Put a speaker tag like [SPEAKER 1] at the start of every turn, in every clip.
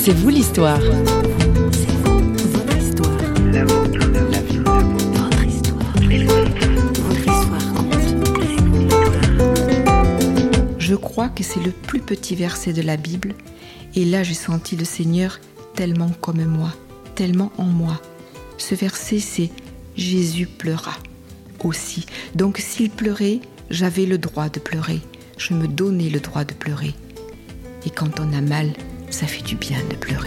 [SPEAKER 1] C'est vous l'histoire.
[SPEAKER 2] Votre histoire. La vôtre. La vie. Votre histoire. Votre histoire compte.
[SPEAKER 3] Je crois que c'est le plus petit verset de la Bible. Et là, j'ai senti le Seigneur tellement comme moi, tellement en moi. Ce verset, c'est « Jésus pleura » aussi. Donc s'il pleurait, j'avais le droit de pleurer. Je me donnais le droit de pleurer. Et quand on a mal, ça fait du bien de pleurer.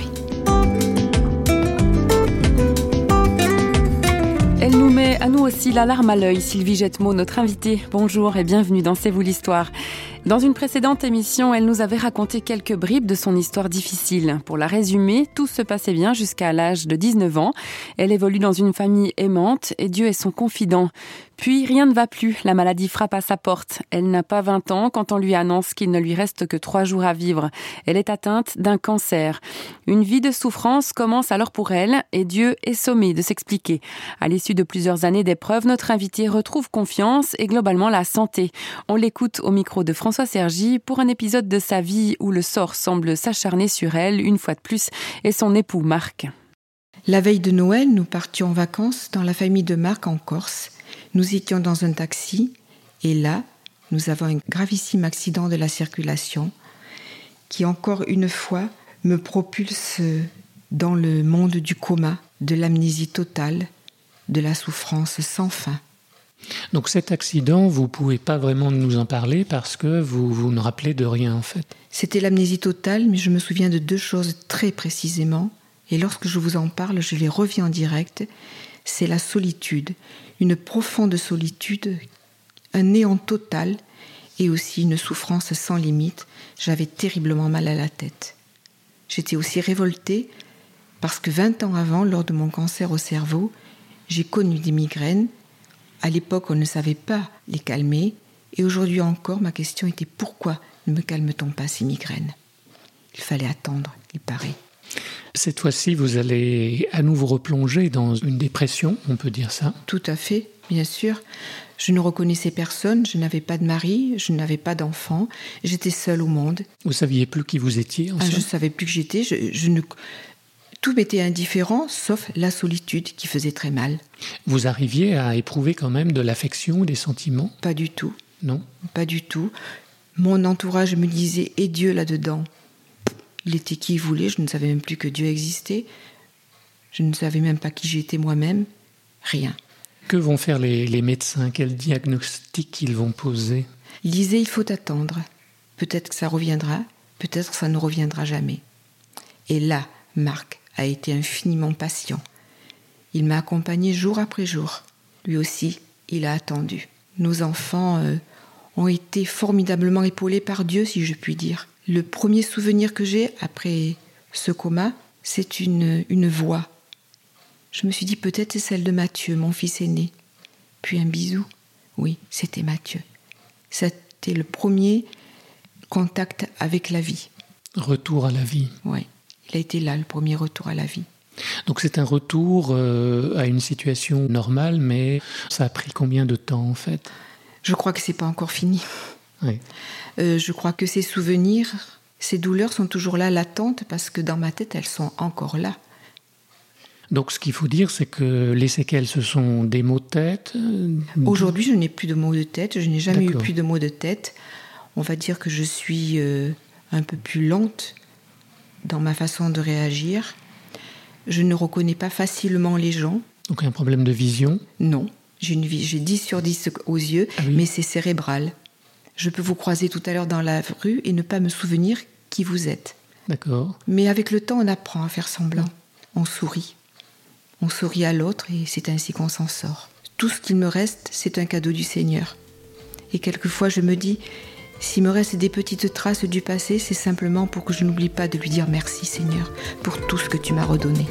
[SPEAKER 1] Elle nous met à nous aussi la larme à l'œil. Sylvie Jettemeau, notre invitée. Bonjour et bienvenue dans C'est vous l'histoire. Dans une précédente émission, elle nous avait raconté quelques bribes de son histoire difficile. Pour la résumer, tout se passait bien jusqu'à l'âge de 19 ans. Elle évolue dans une famille aimante et Dieu est son confident. Puis rien ne va plus, la maladie frappe à sa porte. Elle n'a pas 20 ans quand on lui annonce qu'il ne lui reste que 3 jours à vivre. Elle est atteinte d'un cancer. Une vie de souffrance commence alors pour elle et Dieu est sommé de s'expliquer. À l'issue de plusieurs années d'épreuves, notre invitée retrouve confiance et globalement la santé. On l'écoute au micro de François Sergi pour un épisode de sa vie où le sort semble s'acharner sur elle une fois de plus et son époux Marc.
[SPEAKER 3] La veille de Noël, nous partions en vacances dans la famille de Marc en Corse. Nous étions dans un taxi et là, nous avons un gravissime accident de la circulation qui, encore une fois, me propulse dans le monde du coma, de l'amnésie totale, de la souffrance sans fin.
[SPEAKER 4] Donc cet accident, vous ne pouvez pas vraiment nous en parler parce que vous ne rappelez de rien en fait.
[SPEAKER 3] C'était l'amnésie totale, mais je me souviens de 2 choses très précisément. Et lorsque je vous en parle, je les revis en direct. C'est la solitude, une profonde solitude, un néant total et aussi une souffrance sans limite. J'avais terriblement mal à la tête. J'étais aussi révoltée parce que 20 ans avant, lors de mon cancer au cerveau, j'ai connu des migraines. À l'époque, on ne savait pas les calmer. Et aujourd'hui encore, ma question était pourquoi ne me calme-t-on pas ces migraines ? Il fallait attendre, il paraît.
[SPEAKER 4] Cette fois-ci, vous allez à nouveau replonger dans une dépression, on peut dire ça ?
[SPEAKER 3] Tout à fait, bien sûr. Je ne reconnaissais personne, je n'avais pas de mari, je n'avais pas d'enfant, j'étais seule au monde.
[SPEAKER 4] Vous ne saviez plus qui vous étiez en
[SPEAKER 3] Je ne savais plus que j'étais, tout m'était indifférent, sauf la solitude qui faisait très mal.
[SPEAKER 4] Vous arriviez à éprouver quand même de l'affection, des sentiments ?
[SPEAKER 3] Pas du tout.
[SPEAKER 4] Non ?
[SPEAKER 3] Pas du tout. Mon entourage me disait « Et Dieu là-dedans ?» Il était qui il voulait, je ne savais même plus que Dieu existait. Je ne savais même pas qui j'étais moi-même. Rien.
[SPEAKER 4] Que vont faire les médecins ? Quel diagnostic ils vont poser ?
[SPEAKER 3] Ils disaient « Il faut attendre. Peut-être que ça reviendra, peut-être que ça ne reviendra jamais. » Et là, Marc a été infiniment patient. Il m'a accompagné jour après jour. Lui aussi, il a attendu. Nos enfants ont été formidablement épaulés par Dieu, si je puis dire. Le premier souvenir que j'ai après ce coma, c'est une voix. Je me suis dit peut-être c'est celle de Mathieu, mon fils aîné. Puis un bisou. Oui, c'était Mathieu. C'était le premier contact avec la vie.
[SPEAKER 4] Retour à la vie.
[SPEAKER 3] Oui, il a été là, le premier retour à la vie.
[SPEAKER 4] Donc c'est un retour à une situation normale, mais ça a pris combien de temps en fait ?
[SPEAKER 3] Je crois que c'est pas encore fini.
[SPEAKER 4] Oui.
[SPEAKER 3] Je crois que ces souvenirs, ces douleurs sont toujours là, latentes, parce que dans ma tête, elles sont encore là.
[SPEAKER 4] Donc ce qu'il faut dire, c'est que les séquelles, ce sont des maux de tête ?
[SPEAKER 3] Aujourd'hui, je n'ai plus de maux de tête, je n'ai jamais
[SPEAKER 4] D'accord.
[SPEAKER 3] eu plus de maux de tête. On va dire que je suis un peu plus lente dans ma façon de réagir. Je ne reconnais pas facilement les gens.
[SPEAKER 4] Donc un problème de vision ?
[SPEAKER 3] Non, j'ai 10 sur 10 aux yeux,
[SPEAKER 4] Ah oui.
[SPEAKER 3] mais c'est cérébral. Je peux vous croiser tout à l'heure dans la rue et ne pas me souvenir qui vous êtes.
[SPEAKER 4] D'accord.
[SPEAKER 3] Mais avec le temps, on apprend à faire semblant. On sourit. On sourit à l'autre et c'est ainsi qu'on s'en sort. Tout ce qu'il me reste, c'est un cadeau du Seigneur. Et quelquefois, je me dis, s'il me reste des petites traces du passé, c'est simplement pour que je n'oublie pas de lui dire merci, Seigneur, pour tout ce que tu m'as redonné.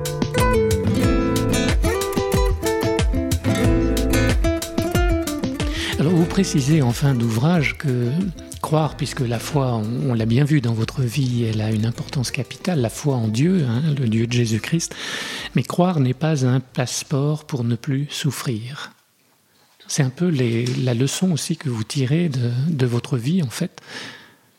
[SPEAKER 4] Alors vous précisez en fin d'ouvrage que croire, puisque la foi, on l'a bien vu dans votre vie, elle a une importance capitale, la foi en Dieu, le Dieu de Jésus-Christ, mais croire n'est pas un passeport pour ne plus souffrir. C'est un peu la leçon aussi que vous tirez de votre vie en fait.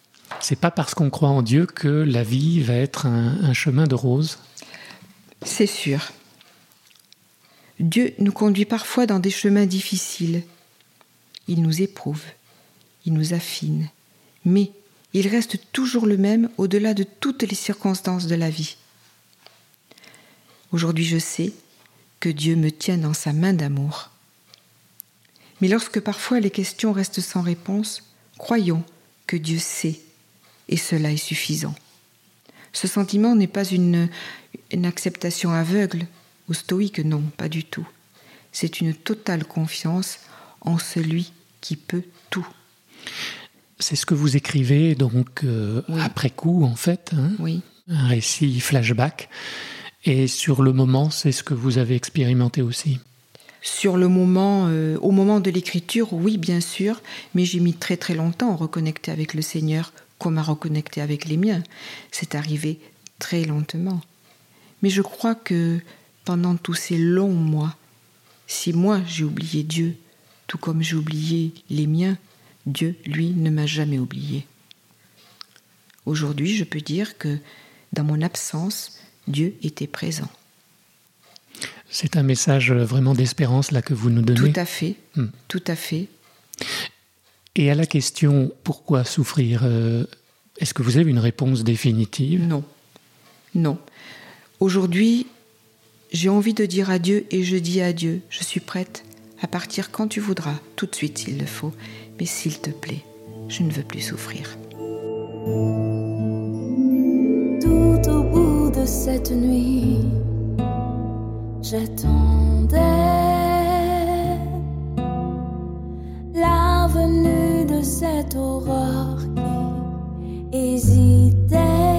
[SPEAKER 4] C'est pas parce qu'on croit en Dieu que la vie va être un chemin de roses.
[SPEAKER 3] C'est sûr. Dieu nous conduit parfois dans des chemins difficiles. Il nous éprouve, il nous affine, mais il reste toujours le même au-delà de toutes les circonstances de la vie. Aujourd'hui, je sais que Dieu me tient dans sa main d'amour. Mais lorsque parfois les questions restent sans réponse, croyons que Dieu sait, et cela est suffisant. Ce sentiment n'est pas une acceptation aveugle ou stoïque, non, pas du tout. C'est une totale confiance en celui qui peut tout.
[SPEAKER 4] C'est ce que vous écrivez donc
[SPEAKER 3] Oui.
[SPEAKER 4] après coup, en fait, hein,
[SPEAKER 3] Oui,
[SPEAKER 4] un récit flashback. Et sur le moment, c'est ce que vous avez expérimenté aussi.
[SPEAKER 3] sur le moment, au moment de l'écriture, oui, bien sûr, mais j'ai mis très très longtemps à reconnecter avec le Seigneur, comme à reconnecter avec les miens. C'est arrivé très lentement. Mais je crois que pendant tous ces longs mois, si moi j'ai oublié Dieu, tout comme j'ai oublié les miens, Dieu, lui, ne m'a jamais oublié. Aujourd'hui, je peux dire que dans mon absence, Dieu était présent.
[SPEAKER 4] C'est un message vraiment d'espérance là que vous nous donnez.
[SPEAKER 3] Tout à fait, tout à fait.
[SPEAKER 4] Et à la question « Pourquoi souffrir ?», est-ce que vous avez une réponse définitive ?
[SPEAKER 3] Non, non. Aujourd'hui, j'ai envie de dire adieu et je dis adieu. Je suis prête à partir quand tu voudras, tout de suite s'il le faut. Mais s'il te plaît, je ne veux plus souffrir.
[SPEAKER 2] Tout au bout de cette nuit, j'attendais la venue de cette aurore qui hésitait.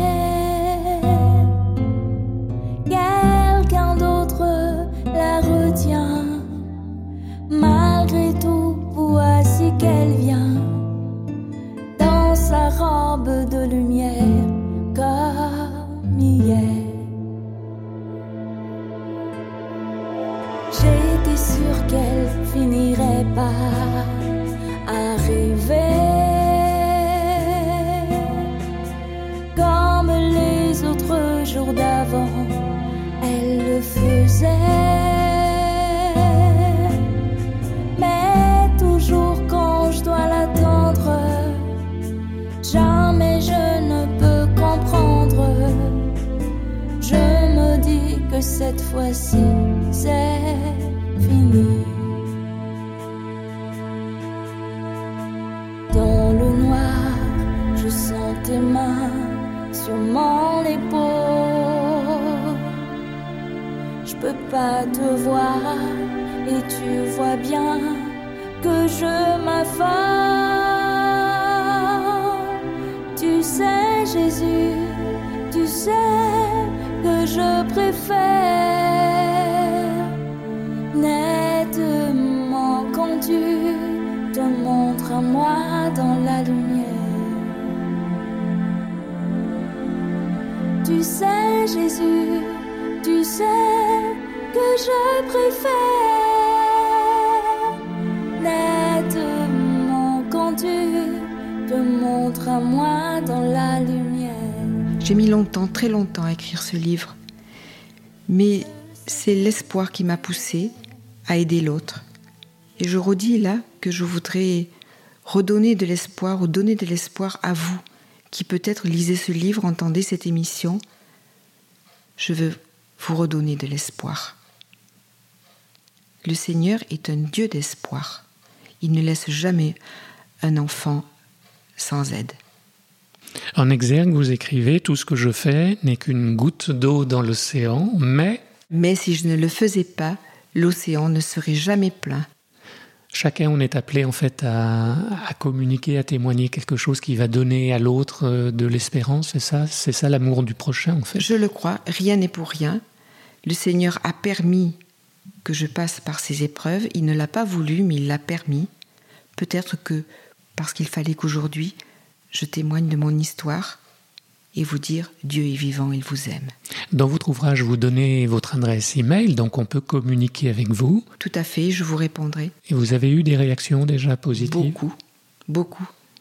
[SPEAKER 2] Quelqu'un d'autre la retient. Malgré tout, voici qu'elle vient dans sa robe de lumière comme hier. J'étais sûre qu'elle finirait par arriver comme les autres jours d'avant. Elle le faisait, mais toujours quand je dois l'attendre, jamais je ne peux comprendre. Je me dis que cette fois-ci, c'est fini. Dans le noir, je sens tes mains sur mon épaule. Je peux pas te voir et tu vois bien que je m'affole. Tu sais, Jésus, tu sais que je préfère nettement quand tu te montres à moi dans la lumière. Tu sais, Jésus, tu sais que je préfère nettement quand tu te montres à moi dans la lumière.
[SPEAKER 3] J'ai mis longtemps, très longtemps à écrire ce livre. Mais c'est l'espoir qui m'a poussée à aider l'autre. Et je redis là que je voudrais redonner de l'espoir ou donner de l'espoir à vous qui peut-être lisez ce livre, entendez cette émission. Je veux vous redonner de l'espoir. Le Seigneur est un Dieu d'espoir. Il ne laisse jamais un enfant sans aide.
[SPEAKER 4] En exergue, vous écrivez « Tout ce que je fais n'est qu'une goutte d'eau dans l'océan, mais… »
[SPEAKER 3] Mais si je ne le faisais pas, l'océan ne serait jamais plein.
[SPEAKER 4] Chacun, on est appelé en fait à communiquer, à témoigner quelque chose qui va donner à l'autre de l'espérance, c'est ça l'amour du prochain en fait.
[SPEAKER 3] Je le crois, rien n'est pour rien. Le Seigneur a permis que je passe par ces épreuves. Il ne l'a pas voulu, mais il l'a permis. Peut-être que parce qu'il fallait qu'aujourd'hui, je témoigne de mon histoire et vous dire Dieu est vivant, il vous aime.
[SPEAKER 4] Dans votre ouvrage, vous donnez votre adresse email, donc on peut communiquer avec vous.
[SPEAKER 3] Tout à fait, je vous répondrai.
[SPEAKER 4] Et vous avez eu des réactions déjà positives ?
[SPEAKER 3] Beaucoup, beaucoup.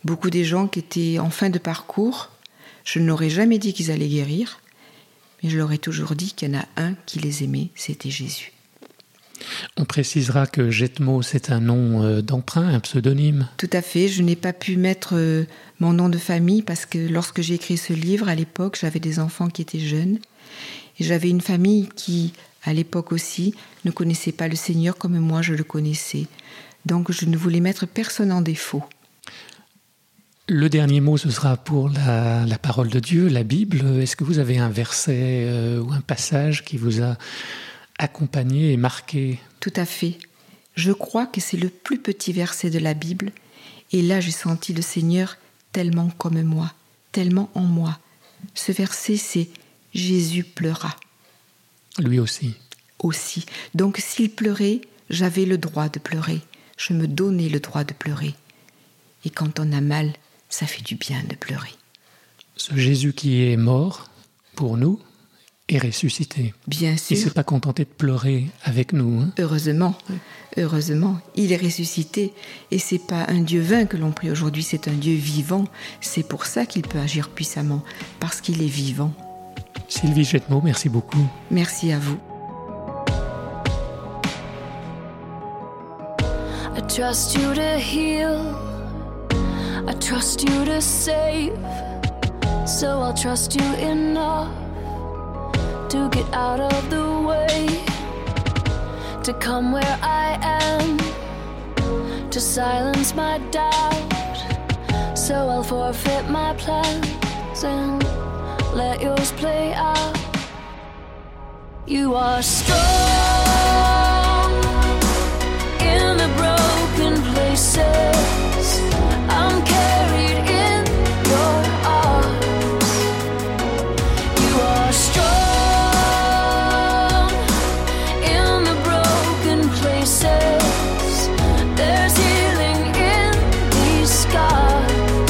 [SPEAKER 3] Beaucoup des gens qui étaient en fin de parcours, je ne leur ai jamais dit qu'ils allaient guérir, mais je leur ai toujours dit qu'il y en a un qui les aimait, c'était Jésus.
[SPEAKER 4] On précisera que Jetmo, c'est un nom d'emprunt, un pseudonyme.
[SPEAKER 3] Tout à fait, je n'ai pas pu mettre mon nom de famille parce que lorsque j'ai écrit ce livre, à l'époque, j'avais des enfants qui étaient jeunes. Et j'avais une famille qui, à l'époque aussi, ne connaissait pas le Seigneur comme moi je le connaissais. Donc je ne voulais mettre personne en défaut.
[SPEAKER 4] Le dernier mot, ce sera pour la parole de Dieu, la Bible. Est-ce que vous avez un verset ou un passage qui vous a accompagné et marqué?
[SPEAKER 3] Tout à fait. Je crois que c'est le plus petit verset de la Bible. Et là, j'ai senti le Seigneur tellement comme moi, tellement en moi. Ce verset, c'est « Jésus pleura ».
[SPEAKER 4] Lui aussi.
[SPEAKER 3] Aussi. Donc s'il pleurait, j'avais le droit de pleurer. Je me donnais le droit de pleurer. Et quand on a mal, ça fait du bien de pleurer.
[SPEAKER 4] Ce Jésus qui est mort pour nous est ressuscité.
[SPEAKER 3] Bien sûr.
[SPEAKER 4] Il ne s'est pas contenté de pleurer avec nous. Hein.
[SPEAKER 3] Heureusement, il est ressuscité. Et ce n'est pas un Dieu vain que l'on prie aujourd'hui, c'est un Dieu vivant. C'est pour ça qu'il peut agir puissamment, parce qu'il est vivant.
[SPEAKER 4] Sylvie Jetmo, merci beaucoup.
[SPEAKER 3] Merci à vous.
[SPEAKER 2] I trust you to heal, I trust you to save, so I'll trust you enough to get out of the way, to come where I am, to silence my doubt, so I'll forfeit my plans and let yours play out. You are strong in the broken places. I'm carried in your arms. You are strong in the broken places. There's healing in these scars.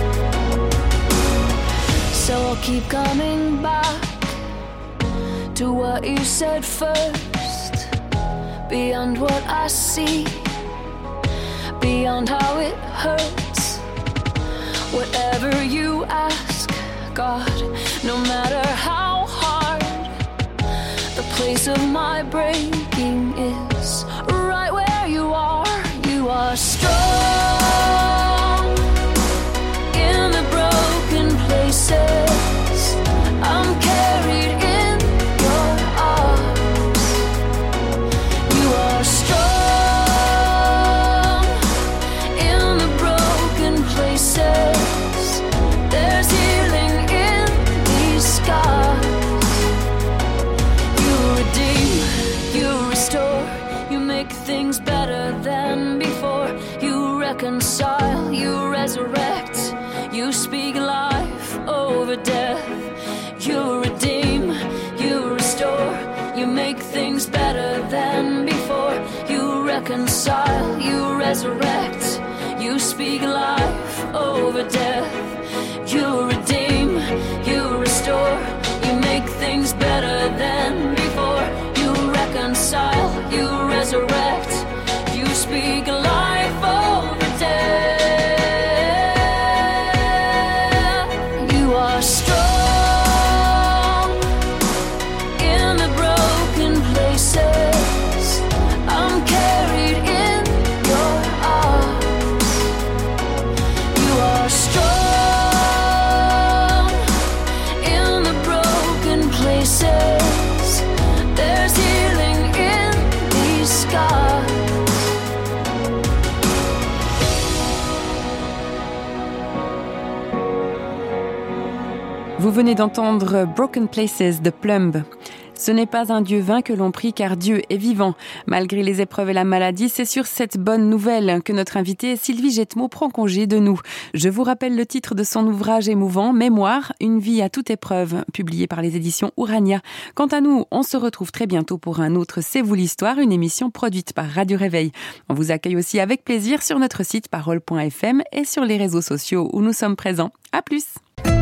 [SPEAKER 2] So I'll keep coming back to what you said first, beyond what I see, beyond how it hurts. Whatever you ask, God, no matter how hard, the place of my breaking is right where you are. You are strong in the broken places. I'm carried in your arms. You are strong in the broken places. There's healing in these scars. You redeem, you restore, you make things better than before. You reconcile, you resurrect, you speak life over death. You redeem, you restore, you make things better than before. You reconcile, you resurrect, you speak life over death. You redeem, you restore, you make things better than before. You reconcile, you resurrect, you speak life over death. You are strong in the broken places. I'm carried in your arms. You are strong in the broken places. There's healing in these scars.
[SPEAKER 1] Vous venez d'entendre Broken Places de Plumb. Ce n'est pas un Dieu vain que l'on prie car Dieu est vivant. Malgré les épreuves et la maladie, c'est sur cette bonne nouvelle que notre invitée Sylvie Jetmo prend congé de nous. Je vous rappelle le titre de son ouvrage émouvant, Mémoire, une vie à toute épreuve, publié par les éditions Urania. Quant à nous, on se retrouve très bientôt pour un autre C'est vous l'histoire, une émission produite par Radio Réveil. On vous accueille aussi avec plaisir sur notre site parole.fm et sur les réseaux sociaux où nous sommes présents. À plus!